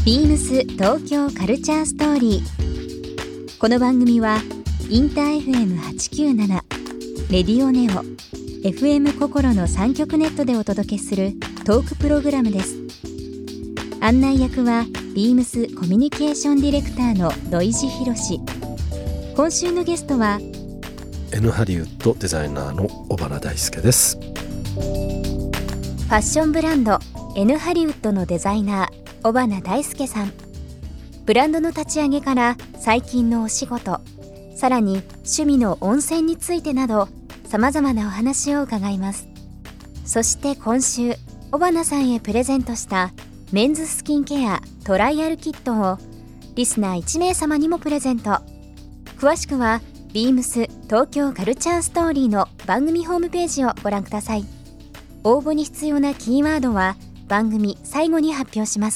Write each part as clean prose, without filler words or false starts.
ビームス東京カルチャーストーリー。この番組はインター FM897 レディオネオ FM 心の3極ネットでお届けするトークプログラムです。案内役はビームスコミュニケーションディレクターの土井博志。今週のゲストは N ハリウッドデザイナーの尾花大輔です。 ファッションブランド N ハリウッドのデザイナー尾花大輔さん。ブランドの立ち上げから最近のお仕事、さらに趣味の温泉についてなど様々なお話を伺います。そして今週尾花さんへプレゼントしたメンズスキンケアトライアルキットをリスナー1名様にもプレゼント。詳しくはビームス東京カルチャーストーリーの番組ホームページをご覧ください。応募に必要なキーワードは番組最後に発表します。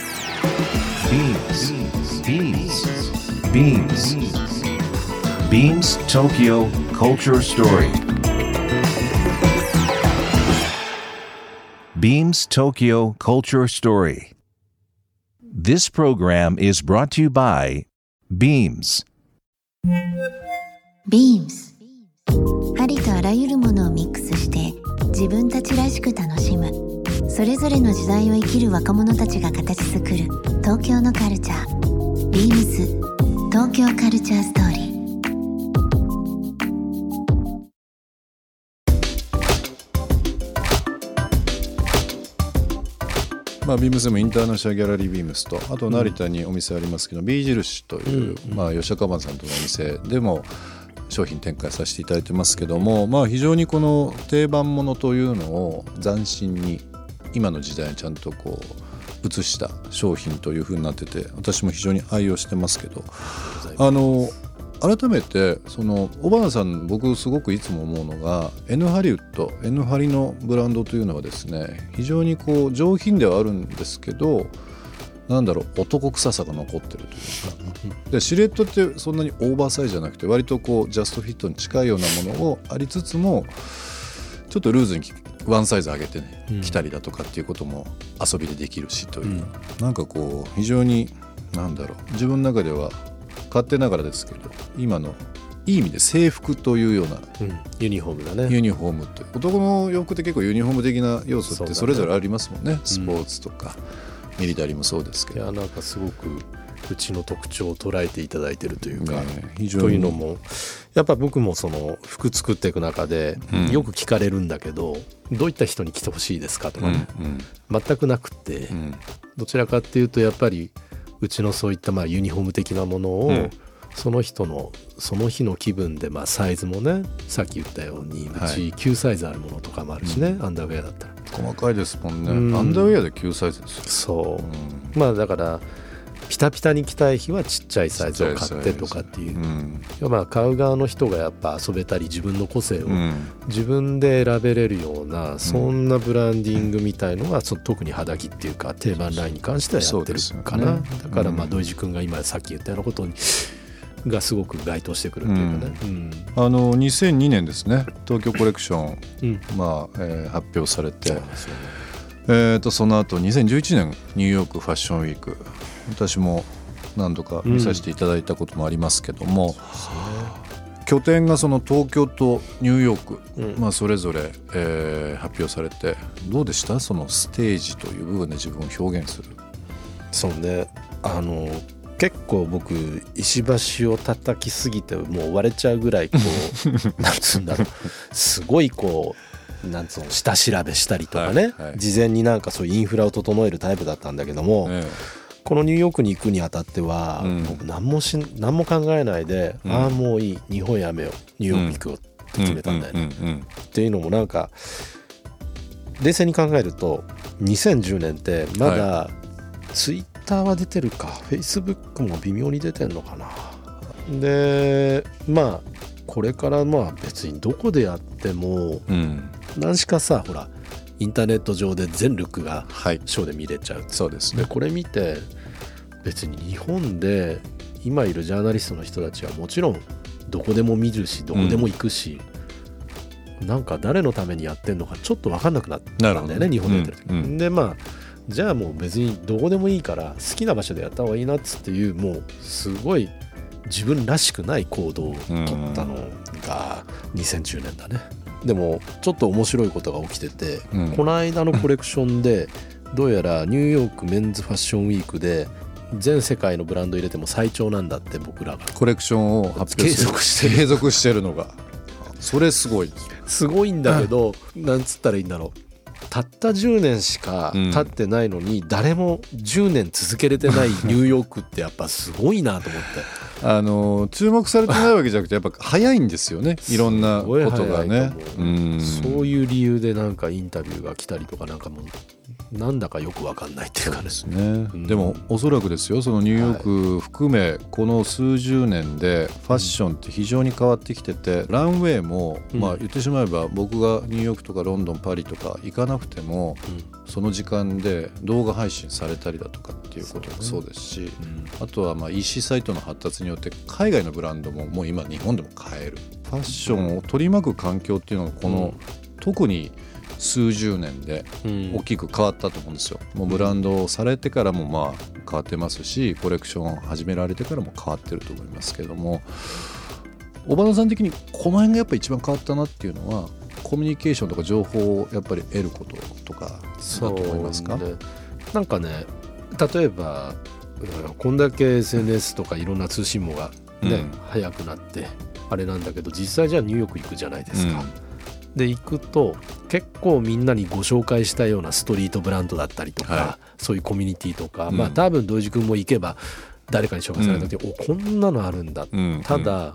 Beams Tokyo Culture Story. Beams Tokyo Culture Story. This program is brought to you by Beams. Beams ありとあらゆるものをミックスして自分たちらしく楽しむ、それぞれの時代を生きる若者たちが形作る東京のカルチャー。ビームス東京カルチャーストーリー。 ビームスもインターナショナルギャラリービームスと、あと成田にお店ありますけど、B印という、吉田カバンさんとのお店でも商品展開させていただいてますけども、非常にこの定番ものというのを斬新に今の時代にちゃんとこう映した商品という風になってて、私も非常に愛用してますけど、改めてその尾花さん、僕すごくいつも思うのが N ハリウッド N ハリのブランドというのはですね、非常にこう上品ではあるんですけど、男臭さが残ってるというか、でシルエットってそんなにオーバーサイズじゃなくて割とこうジャストフィットに近いようなものをありつつも、ちょっとルーズにワンサイズ上げてね、着たりだとかっていうことも遊びでできるしという、なんかこう非常に自分の中では勝手ながらですけど、今のいい意味で制服というような、 ユニフォームだね。 ユニフォームって男の洋服って結構ユニフォーム的な要素ってそれぞれありますもんね。スポーツとか、ミリタリーもそうですけど、 いやなんかすごくうちの特徴を捉えていただいてるというか、 非常にというのもやっぱ僕もその服作っていく中でよく聞かれるんだけど、どういった人に着てほしいですかとかね、全くなくて、どちらかっていうとやっぱりうちのそういったユニフォーム的なものを、その人のその日の気分で、サイズもね、さっき言ったようにうち9サイズあるものとかもあるしね、アンダーウェアだったら細かいですもんね。アンダーウェアで9サイズですよ。 そう、だからピタピタに着たい日はちっちゃいサイズを買ってとかっていう、買う側の人がやっぱ遊べたり自分の個性を自分で選べれるような、そんなブランディングみたいのが特に肌着っていうか定番ラインに関してはやってるかな。だから土井地君が今さっき言ったようなことがすごく該当してくるっていうかね、 2002年ですね、東京コレクション、発表されて、その後2011年ニューヨークファッションウィーク、私も何度か見させていただいたこともありますけども、拠点がその東京とニューヨーク、それぞれ、発表されて、どうでした？そのステージという部分で自分を表現する。 そうね、結構僕石橋を叩きすぎてもう割れちゃうぐらいこうなんつうんだろう、すごいこうなんつうの下調べしたりとかね、事前になんかそういうインフラを整えるタイプだったんだけども、このニューヨークに行くにあたっては、僕何も考えないで、もういい、日本やめよう、ニューヨーク行くよって決めたんだよね、っていうのもなんか冷静に考えると2010年ってまだツイッターは出てるか、フェイスブックも微妙に出てんのかな。でこれから別にどこでやっても、何しかさ、ほらインターネット上で全ルックがショーで見れちゃう、 そうですね。 でこれ見て別に日本で今いるジャーナリストの人たちはもちろんどこでも見るしどこでも行くし、なんか誰のためにやってんのかちょっと分かんなくなったんだよね、日本でやってる時、でじゃあもう別にどこでもいいから好きな場所でやった方がいいなっつっていう、もうすごい自分らしくない行動を取ったのが2010年だね。でもちょっと面白いことが起きてて、この間のコレクションでどうやらニューヨークメンズファッションウィークで全世界のブランド入れても最長なんだって。僕らがコレクションを発表継続してるのがそれすごいすごいんだけど、なんつったらいいんだろう、たった10年しか経ってないのに、誰も10年続けれてないニューヨークってやっぱすごいなと思って注目されてないわけじゃなくてやっぱ早いんですよね、いろんなことがね。 そういう理由でなんかインタビューが来たりとか、なんかもうなんだかよく分かんないっていうかですね、でもおそらくですよ、そのニューヨーク含めこの数十年でファッションって非常に変わってきてて、ランウェイもまあ言ってしまえば僕がニューヨークとかロンドンパリとか行かなくてもその時間で動画配信されたりだとかっていうこともそうですし、あとはまあ EC サイトの発達によって海外のブランドももう今日本でも買える、ファッションを取り巻く環境っていうのがこの特に数十年で大きく変わったと思うんですよ。もうブランドをされてからもまあ変わってますし、コレクションを始められてからも変わってると思いますけれども、小花さん的にこの辺がやっぱり一番変わったなっていうのはコミュニケーションとか情報をやっぱり得ることとかだと思いますか？ そうね、なんかね、例えばこんだけ SNS とかいろんな通信網がね、早くなってあれなんだけど、実際じゃあニューヨーク行くじゃないですか、で行くと結構みんなにご紹介したようなストリートブランドだったりとか、そういうコミュニティとか、まあ多分土井地君も行けば誰かに紹介された時、おこんなのあるんだ、ただ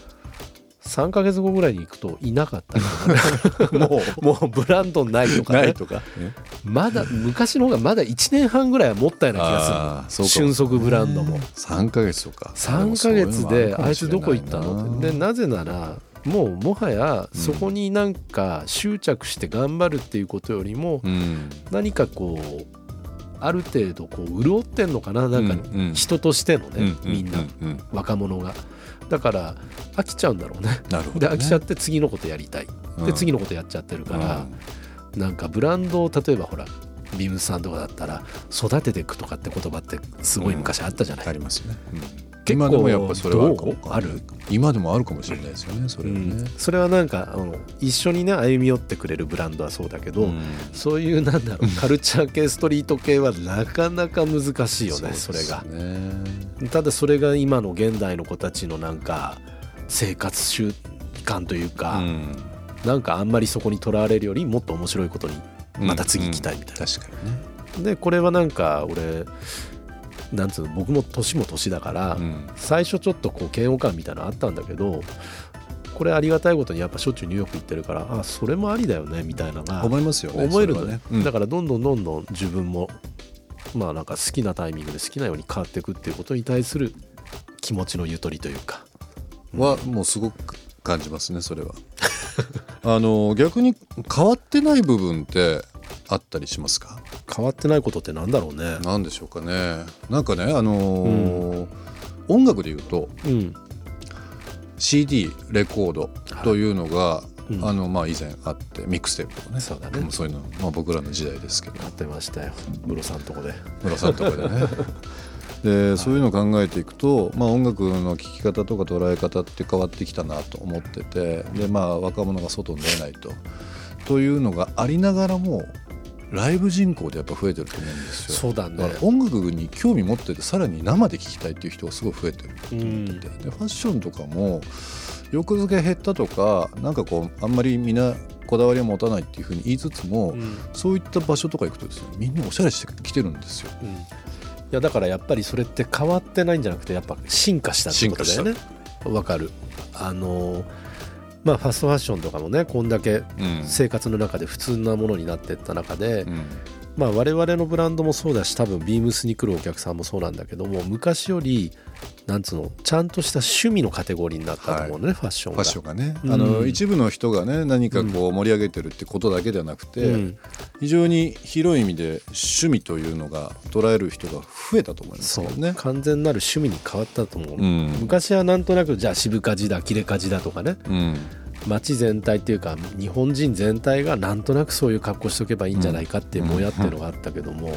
3ヶ月後ぐらいに行くといなかったりとか、ね、もうブランドないとかね、まだ昔の方がまだ1年半ぐらいは持ったような気がする。瞬足ブランドも 3ヶ月とか 3ヶ月であいつどこ行ったのって。でなぜならもはやそこになんか執着して頑張るっていうことよりも、何かこうある程度こう潤ってんのかな、なんか人としてのね、みんな若者がだから飽きちゃうんだろうね。で飽きちゃって次のことやりたい、で次のことやっちゃってるから、なんかブランドを例えばほらビームスさんとかだったら育てていくとかって言葉ってすごい昔あったじゃない、 ありますね、 今でもやっぱそれはある今でもあるかもしれないですよね、それはね、 それはなんか一緒にね歩み寄ってくれるブランドはそうだけど、そういうなんだろうカルチャー系ストリート系はなかなか難しいよね。それがただそれが今の現代の子たちのなんか生活習慣というか、なんかあんまりそこにとらわれるよりもっと面白いことにまた次行きたいみたいな、 確かにね。 でこれはなんか俺なんつうの、僕も年も年だから、最初ちょっとこう嫌悪感みたいなのあったんだけど、これありがたいことにやっぱしょっちゅうニューヨーク行ってるから、あそれもありだよねみたいなのが思いますよね、 思えるのね、だからどんどん自分もまあなんか好きなタイミングで好きなように変わっていくっていうことに対する気持ちのゆとりというかはもうすごく感じますね、それは逆に変わってない部分ってあったりしますか？ 変わってないことってなんだろうね。 なんでしょうかね。なんかね音楽で言うと、CD レコードというのが、まあ以前あってミックステープとかね、 そうだね、 そういうの、まあ、僕らの時代ですけどやってましたよ、ムロさんとこでねでそういうのを考えていくと、まあ、音楽の聴き方とか捉え方って変わってきたなと思ってて、でまあ若者が外に出ないというのがありながらもライブ人口でやっぱ増えてると思うんですよ。 そうだね。 だから音楽に興味持っててさらに生で聴きたいっていう人がすごい増えてると思ってて、でファッションとかも欲付け減ったとかなんかこうあんまりみんなこだわりを持たないっていうふうに言いつつも、そういった場所とか行くとですね、みんなおしゃれしてきてるんですよ。 いやだからやっぱりそれって変わってないんじゃなくてやっぱ進化したってことだよね。わかる。まあファストファッションとかもねこんだけ生活の中で普通なものになっていった中で、まあ我々のブランドもそうだし多分ビームスに来るお客さんもそうなんだけども、昔よりなんつうのちゃんとした趣味のカテゴリーになったと思うのね、ファッションが。ファッションがね、一部の人がね何かこう盛り上げてるってことだけではなくて、非常に広い意味で趣味というのが捉える人が増えたと思いますよね。 完全なる趣味に変わったと思う、昔はなんとなくじゃあ渋カジだ切れカジだとかね、街全体っていうか日本人全体がなんとなくそういう格好しとけばいいんじゃないかっていうもやっていうのがあったけども、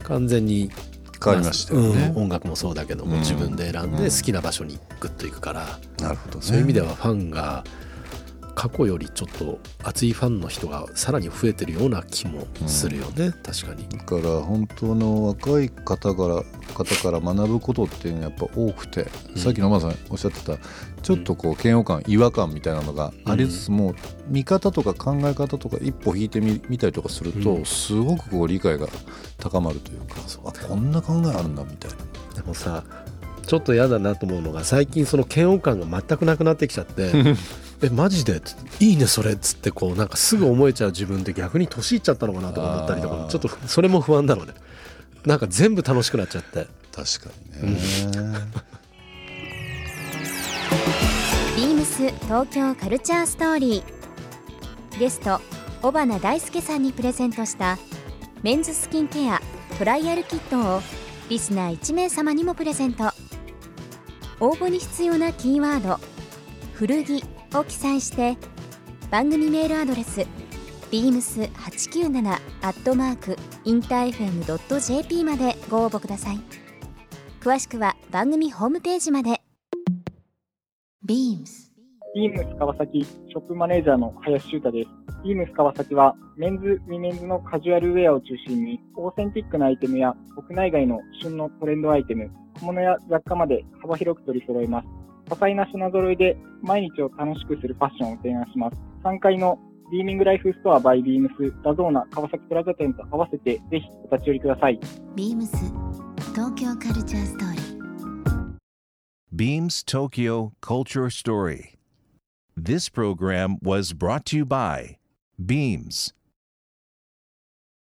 完全に変わりましたよね、 音楽もそうだけども、自分で選んで好きな場所にグッと行くから、 なるほどね。 そういう意味ではファンが過去よりちょっと熱いファンの人がさらに増えてるような気もするよね、確かに。 だから本当の若い方から学ぶことっていうのはやっぱ多くて、さっきのまさんおっしゃってたちょっとこう嫌悪感、違和感みたいなのがありつつも、見方とか考え方とか一歩引いてみたりとかすると、すごくこう理解が高まるというか、こんな考えあるんだみたいな。 でもさ、ちょっと嫌だなと思うのが、最近その嫌悪感が全くなくなってきちゃってマジでいいねそれっつってこうなんかすぐ思えちゃう自分って逆に年いっちゃったのかなとか思ったりとか、ちょっとそれも不安なのね。なんか全部楽しくなっちゃって。 確かにね、 ビームス東京カルチャーストーリー、ゲスト尾花大輔さんにプレゼントしたメンズスキンケアトライアルキットをリスナー1名様にもプレゼント。応募に必要なキーワード古着を記載して番組メールアドレス beams897@interfm.jp までご応募ください。詳しくは番組ホームページまで。 BEAMS ビームス川崎ショップマネージャーの林修太です。ビームス川崎はメンズ・ウィメンズのカジュアルウェアを中心にオーセンティックなアイテムや国内外の旬のトレンドアイテム、小物や雑貨まで幅広く取り揃えます。多彩な品揃えで毎日を楽しくするファッションを提案します。3階のビーミングライフストアバイビームスラゾーナ川崎プラザ店と合わせてぜひお立ち寄りください。 BEAMS 東京カルチャーストーリー Beams Tokyo Culture Story. This program was brought to you by Beams.